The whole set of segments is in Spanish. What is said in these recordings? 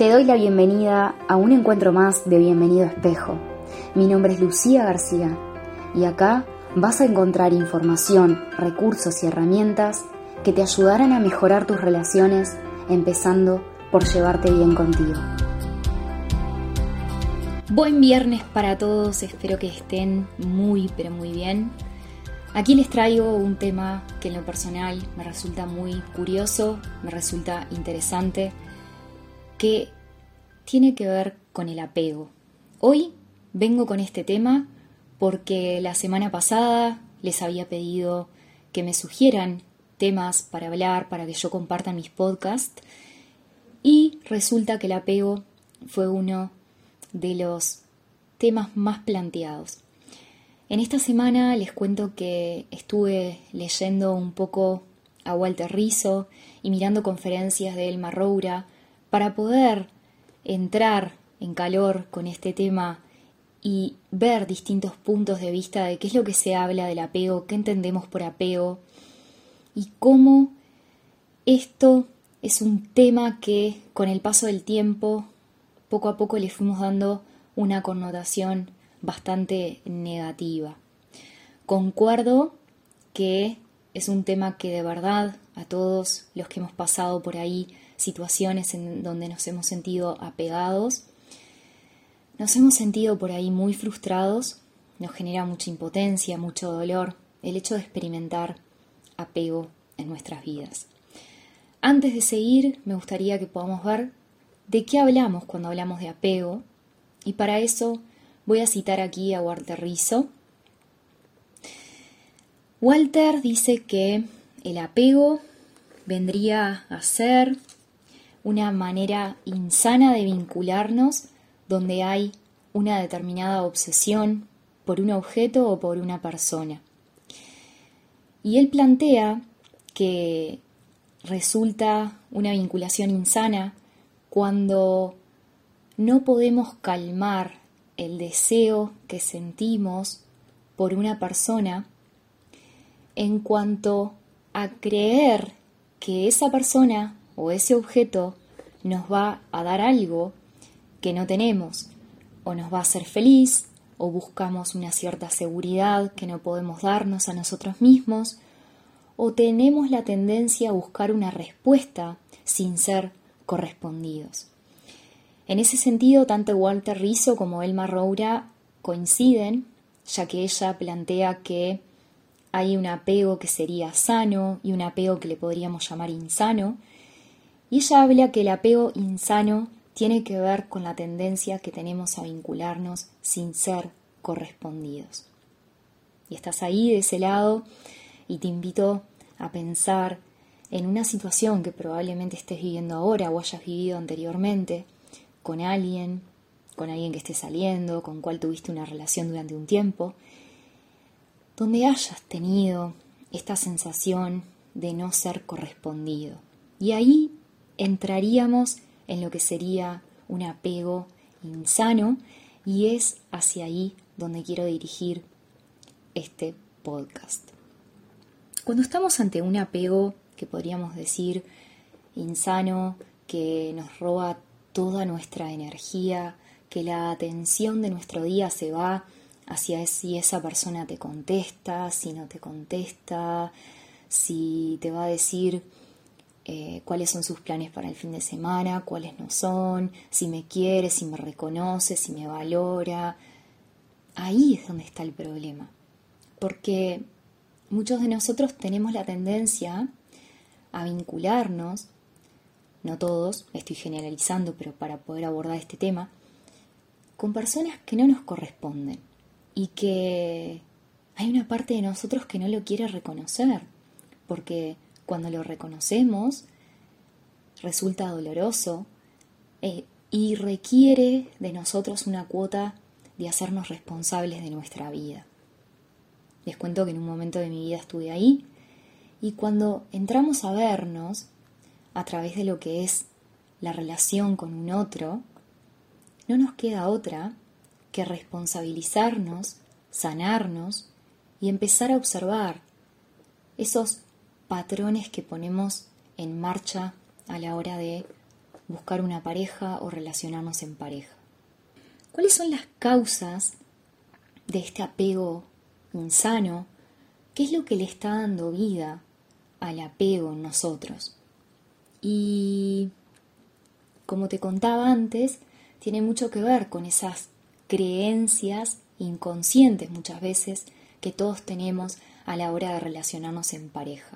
Te doy la bienvenida a un encuentro más de Bienvenido Espejo. Mi nombre es Lucía García y acá vas a encontrar información, recursos y herramientas que te ayudarán a mejorar tus relaciones, empezando por llevarte bien contigo. Buen viernes para todos, espero que estén muy bien. Aquí les traigo un tema que en lo personal me resulta muy curioso, me resulta interesante, que tiene que ver con el apego. Hoy vengo con este tema porque la semana pasada les había pedido que me sugieran temas para hablar, para que yo comparta en mis podcasts, y resulta que el apego fue uno de los temas más planteados. En esta semana les cuento que estuve leyendo un poco a Walter Rizzo y mirando conferencias de Elmar Roura para poder entrar en calor con este tema y ver distintos puntos de vista de qué es lo que se habla del apego, qué entendemos por apego y cómo esto es un tema que con el paso del tiempo poco a poco le fuimos dando una connotación bastante negativa. Concuerdo que es un tema que de verdad a todos los que hemos pasado por ahí situaciones en donde nos hemos sentido apegados, nos hemos sentido por ahí muy frustrados, nos genera mucha impotencia, mucho dolor el hecho de experimentar apego en nuestras vidas. Antes de seguir, me gustaría que podamos ver de qué hablamos cuando hablamos de apego, y para eso voy a citar aquí a Walter Rizzo. Walter dice que el apego vendría a ser una manera insana de vincularnos donde hay una determinada obsesión por un objeto o por una persona. Y él plantea que resulta una vinculación insana cuando no podemos calmar el deseo que sentimos por una persona en cuanto a creer que esa persona o ese objeto nos va a dar algo que no tenemos, o nos va a hacer feliz, o buscamos una cierta seguridad que no podemos darnos a nosotros mismos, o tenemos la tendencia a buscar una respuesta sin ser correspondidos. En ese sentido, tanto Walter Rizzo como Elmar Roura coinciden, ya que ella plantea que hay un apego que sería sano y un apego que le podríamos llamar insano, y ella habla que el apego insano tiene que ver con la tendencia que tenemos a vincularnos sin ser correspondidos. Y estás ahí de ese lado y te invito a pensar en una situación que probablemente estés viviendo ahora o hayas vivido anteriormente con alguien que esté saliendo, con cual tuviste una relación durante un tiempo, donde hayas tenido esta sensación de no ser correspondido. Y ahí entraríamos en lo que sería un apego insano, y es hacia ahí donde quiero dirigir este podcast. Cuando estamos ante un apego que podríamos decir insano, que nos roba toda nuestra energía, que la atención de nuestro día se va hacia si esa persona te contesta, si no te contesta, si te va a decir cuáles son sus planes para el fin de semana, cuáles no son, si me quiere, si me reconoce, si me valora. Ahí es donde está el problema, porque muchos de nosotros tenemos la tendencia a vincularnos, no todos, estoy generalizando, pero para poder abordar este tema, con personas que no nos corresponden y que hay una parte de nosotros que no lo quiere reconocer, porque cuando lo reconocemos resulta doloroso y requiere de nosotros una cuota de hacernos responsables de nuestra vida. Les cuento que en un momento de mi vida estuve ahí, y cuando entramos a vernos a través de lo que es la relación con un otro, no nos queda otra que responsabilizarnos, sanarnos y empezar a observar esos patrones que ponemos en marcha a la hora de buscar una pareja o relacionarnos en pareja. ¿Cuáles son las causas de este apego insano? ¿Qué es lo que le está dando vida al apego en nosotros? Y como te contaba antes, tiene mucho que ver con esas creencias inconscientes muchas veces que todos tenemos a la hora de relacionarnos en pareja.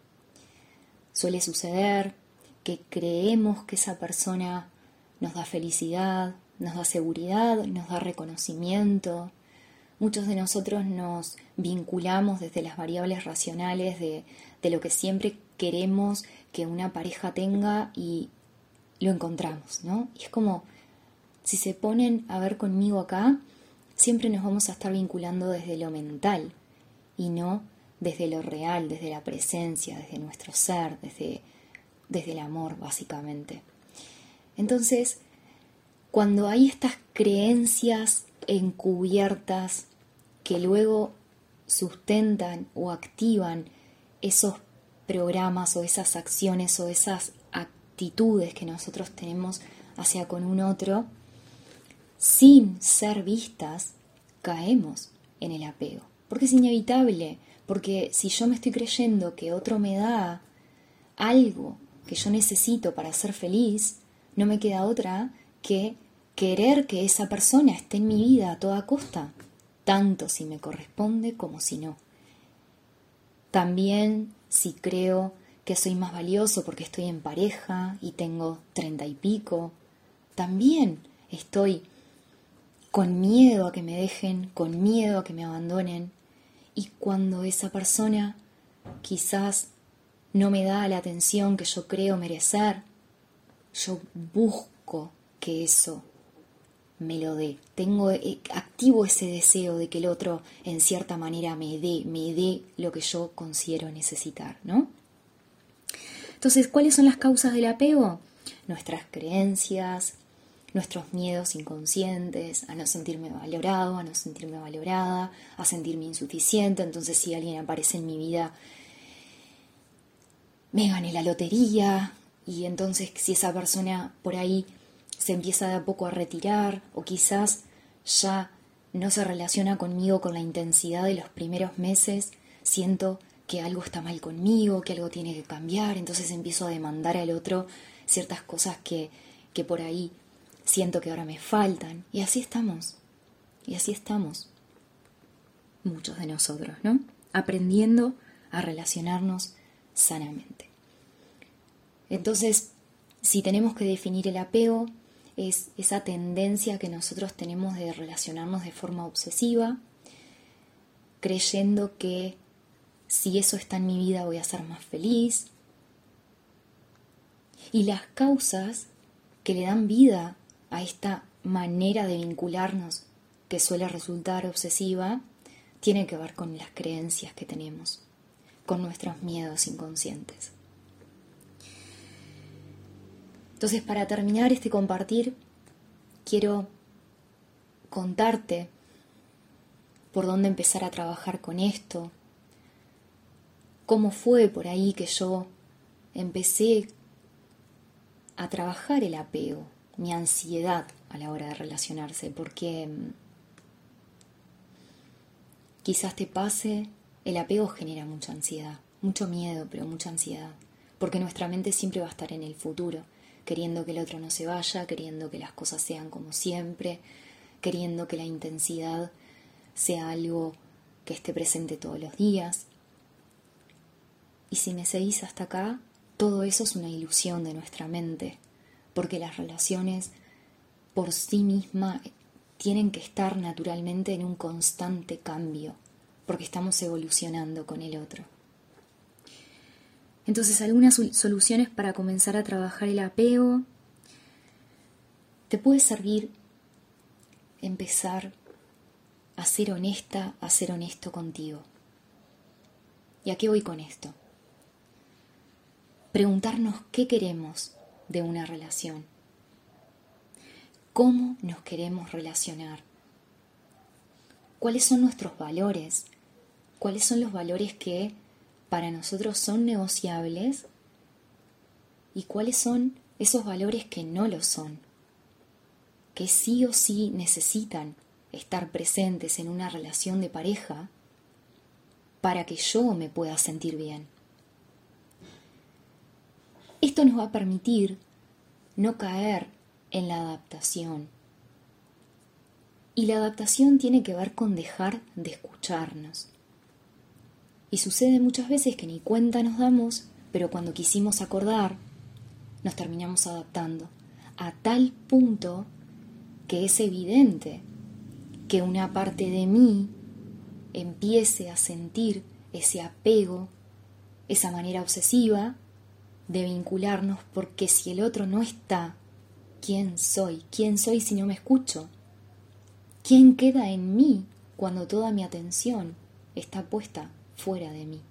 Suele suceder que creemos que esa persona nos da felicidad, nos da seguridad, nos da reconocimiento. Muchos de nosotros nos vinculamos desde las variables racionales de lo que siempre queremos que una pareja tenga y lo encontramos, ¿no? Y es como, si se ponen a ver conmigo acá, siempre nos vamos a estar vinculando desde lo mental y no desde lo real, desde la presencia, desde nuestro ser, desde el amor, básicamente. Entonces, cuando hay estas creencias encubiertas que luego sustentan o activan esos programas o esas acciones o esas actitudes que nosotros tenemos hacia con un otro, sin ser vistas, caemos en el apego. Porque es inevitable, porque si yo me estoy creyendo que otro me da algo que yo necesito para ser feliz, no me queda otra que querer que esa persona esté en mi vida a toda costa, tanto si me corresponde como si no. También si creo que soy más valioso porque estoy en pareja y tengo 30 y pico, también estoy con miedo a que me dejen, con miedo a que me abandonen. Y cuando esa persona quizás no me da la atención que yo creo merecer, yo busco que eso me lo dé. Activo ese deseo de que el otro en cierta manera me dé lo que yo considero necesitar, ¿no? Entonces, ¿cuáles son las causas del apego? Nuestras creencias, nuestros miedos inconscientes, a no sentirme valorado, a no sentirme valorada, a sentirme insuficiente. Entonces, si alguien aparece en mi vida, me gané la lotería, y entonces si esa persona por ahí se empieza de a poco a retirar, o quizás ya no se relaciona conmigo con la intensidad de los primeros meses, siento que algo está mal conmigo, que algo tiene que cambiar, entonces empiezo a demandar al otro ciertas cosas que por ahí siento que ahora me faltan, y así estamos, muchos de nosotros, ¿no? Aprendiendo a relacionarnos sanamente. Entonces, si tenemos que definir el apego, es esa tendencia que nosotros tenemos de relacionarnos de forma obsesiva, creyendo que si eso está en mi vida voy a ser más feliz. Y las causas que le dan vida a esta manera de vincularnos que suele resultar obsesiva tienen que ver con las creencias que tenemos, con nuestros miedos inconscientes. Entonces, para terminar este compartir, quiero contarte por dónde empezar a trabajar con esto, cómo fue por ahí que yo empecé a trabajar el apego, mi ansiedad a la hora de relacionarse, porque quizás te pase, el apego genera mucha ansiedad, mucho miedo, pero mucha ansiedad, porque nuestra mente siempre va a estar en el futuro, queriendo que el otro no se vaya, queriendo que las cosas sean como siempre, queriendo que la intensidad sea algo que esté presente todos los días. Y si me seguís hasta acá, todo eso es una ilusión de nuestra mente, porque las relaciones por sí mismas tienen que estar naturalmente en un constante cambio, porque estamos evolucionando con el otro. Entonces, algunas soluciones para comenzar a trabajar el apego. Te puede servir empezar a ser honesta, a ser honesto contigo. ¿Y a qué voy con esto? Preguntarnos qué queremos de una relación. ¿Cómo nos queremos relacionar? ¿Cuáles son nuestros valores? ¿Cuáles son los valores que para nosotros son negociables? ¿Y cuáles son esos valores que no lo son, que sí o sí necesitan estar presentes en una relación de pareja para que yo me pueda sentir bien. Esto nos va a permitir no caer en la adaptación. Y la adaptación tiene que ver con dejar de escucharnos. Y sucede muchas veces que ni cuenta nos damos, pero cuando quisimos acordar, nos terminamos adaptando a tal punto que es evidente que una parte de mí empiece a sentir ese apego, esa manera obsesiva de vincularnos, porque si el otro no está, ¿quién soy? ¿Quién soy si no me escucho? ¿Quién queda en mí cuando toda mi atención está puesta fuera de mí?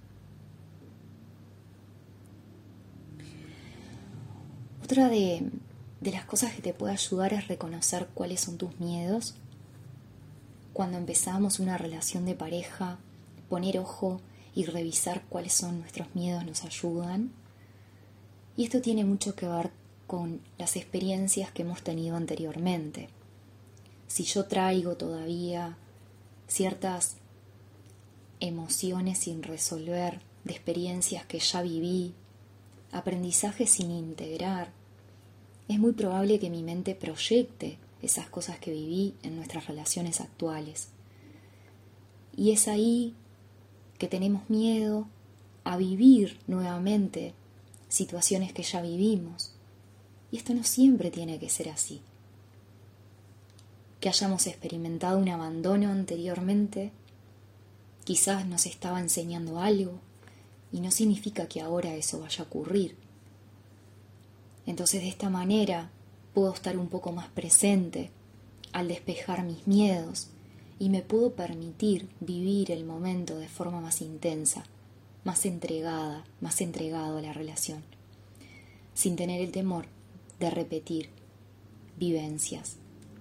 Otra de las cosas que te puede ayudar es reconocer cuáles son tus miedos. Cuando empezamos una relación de pareja, poner ojo y revisar cuáles son nuestros miedos nos ayudan. Y esto tiene mucho que ver con las experiencias que hemos tenido anteriormente. Si yo traigo todavía ciertas emociones sin resolver, de experiencias que ya viví, aprendizajes sin integrar, es muy probable que mi mente proyecte esas cosas que viví en nuestras relaciones actuales. Y es ahí que tenemos miedo a vivir nuevamente situaciones que ya vivimos. Y esto no siempre tiene que ser así. Que hayamos experimentado un abandono anteriormente, quizás nos estaba enseñando algo y no significa que ahora eso vaya a ocurrir. Entonces de esta manera puedo estar un poco más presente al despejar mis miedos y me puedo permitir vivir el momento de forma más intensa, más entregada, más entregado a la relación, sin tener el temor de repetir vivencias.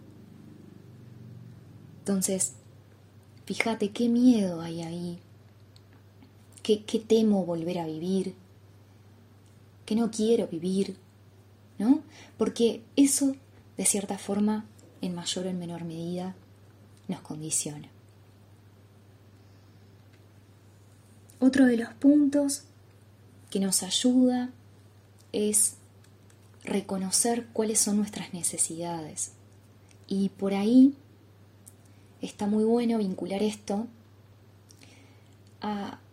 Entonces, fíjate qué miedo hay ahí, qué temo volver a vivir, qué no quiero vivir, ¿no? Porque eso, de cierta forma, en mayor o en menor medida, nos condiciona. Otro de los puntos que nos ayuda es reconocer cuáles son nuestras necesidades. Y por ahí está muy bueno vincular esto a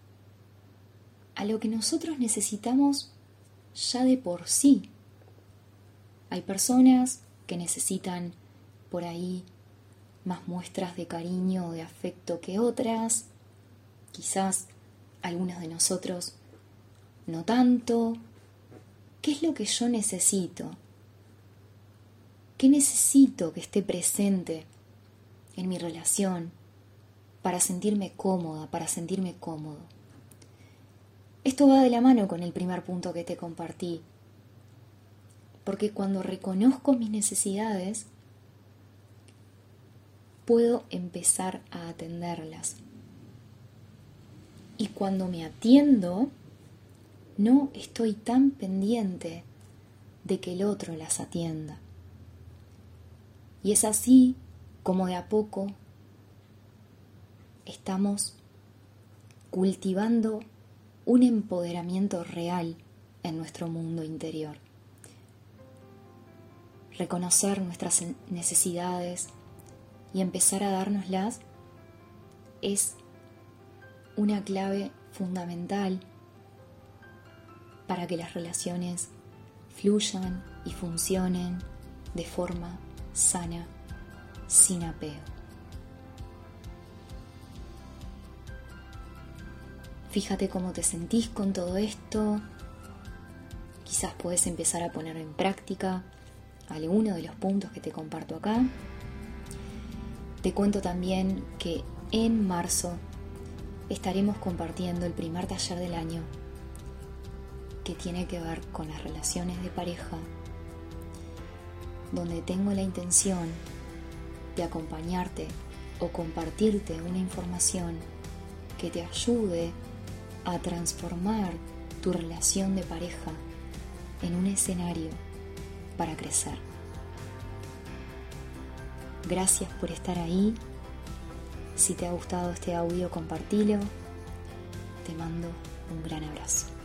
lo que nosotros necesitamos ya de por sí. Hay personas que necesitan por ahí más muestras de cariño o de afecto que otras. Quizás algunos de nosotros no tanto. ¿Qué es lo que yo necesito? ¿Qué necesito que esté presente en mi relación para sentirme cómoda, para sentirme cómodo? Esto va de la mano con el primer punto que te compartí, porque cuando reconozco mis necesidades, puedo empezar a atenderlas. Y cuando me atiendo, no estoy tan pendiente de que el otro las atienda. Y es así como de a poco estamos cultivando un empoderamiento real en nuestro mundo interior. Reconocer nuestras necesidades y empezar a dárnoslas es una clave fundamental para que las relaciones fluyan y funcionen de forma sana, sin apego. Fíjate cómo te sentís con todo esto. Quizás puedes empezar a poner en práctica alguno de los puntos que te comparto acá. Te cuento también que en marzo estaremos compartiendo el primer taller del año que tiene que ver con las relaciones de pareja, donde tengo la intención de acompañarte o compartirte una información que te ayude a transformar tu relación de pareja en un escenario para crecer. Gracias por estar ahí. Si te ha gustado este audio, compartilo. Te mando un gran abrazo.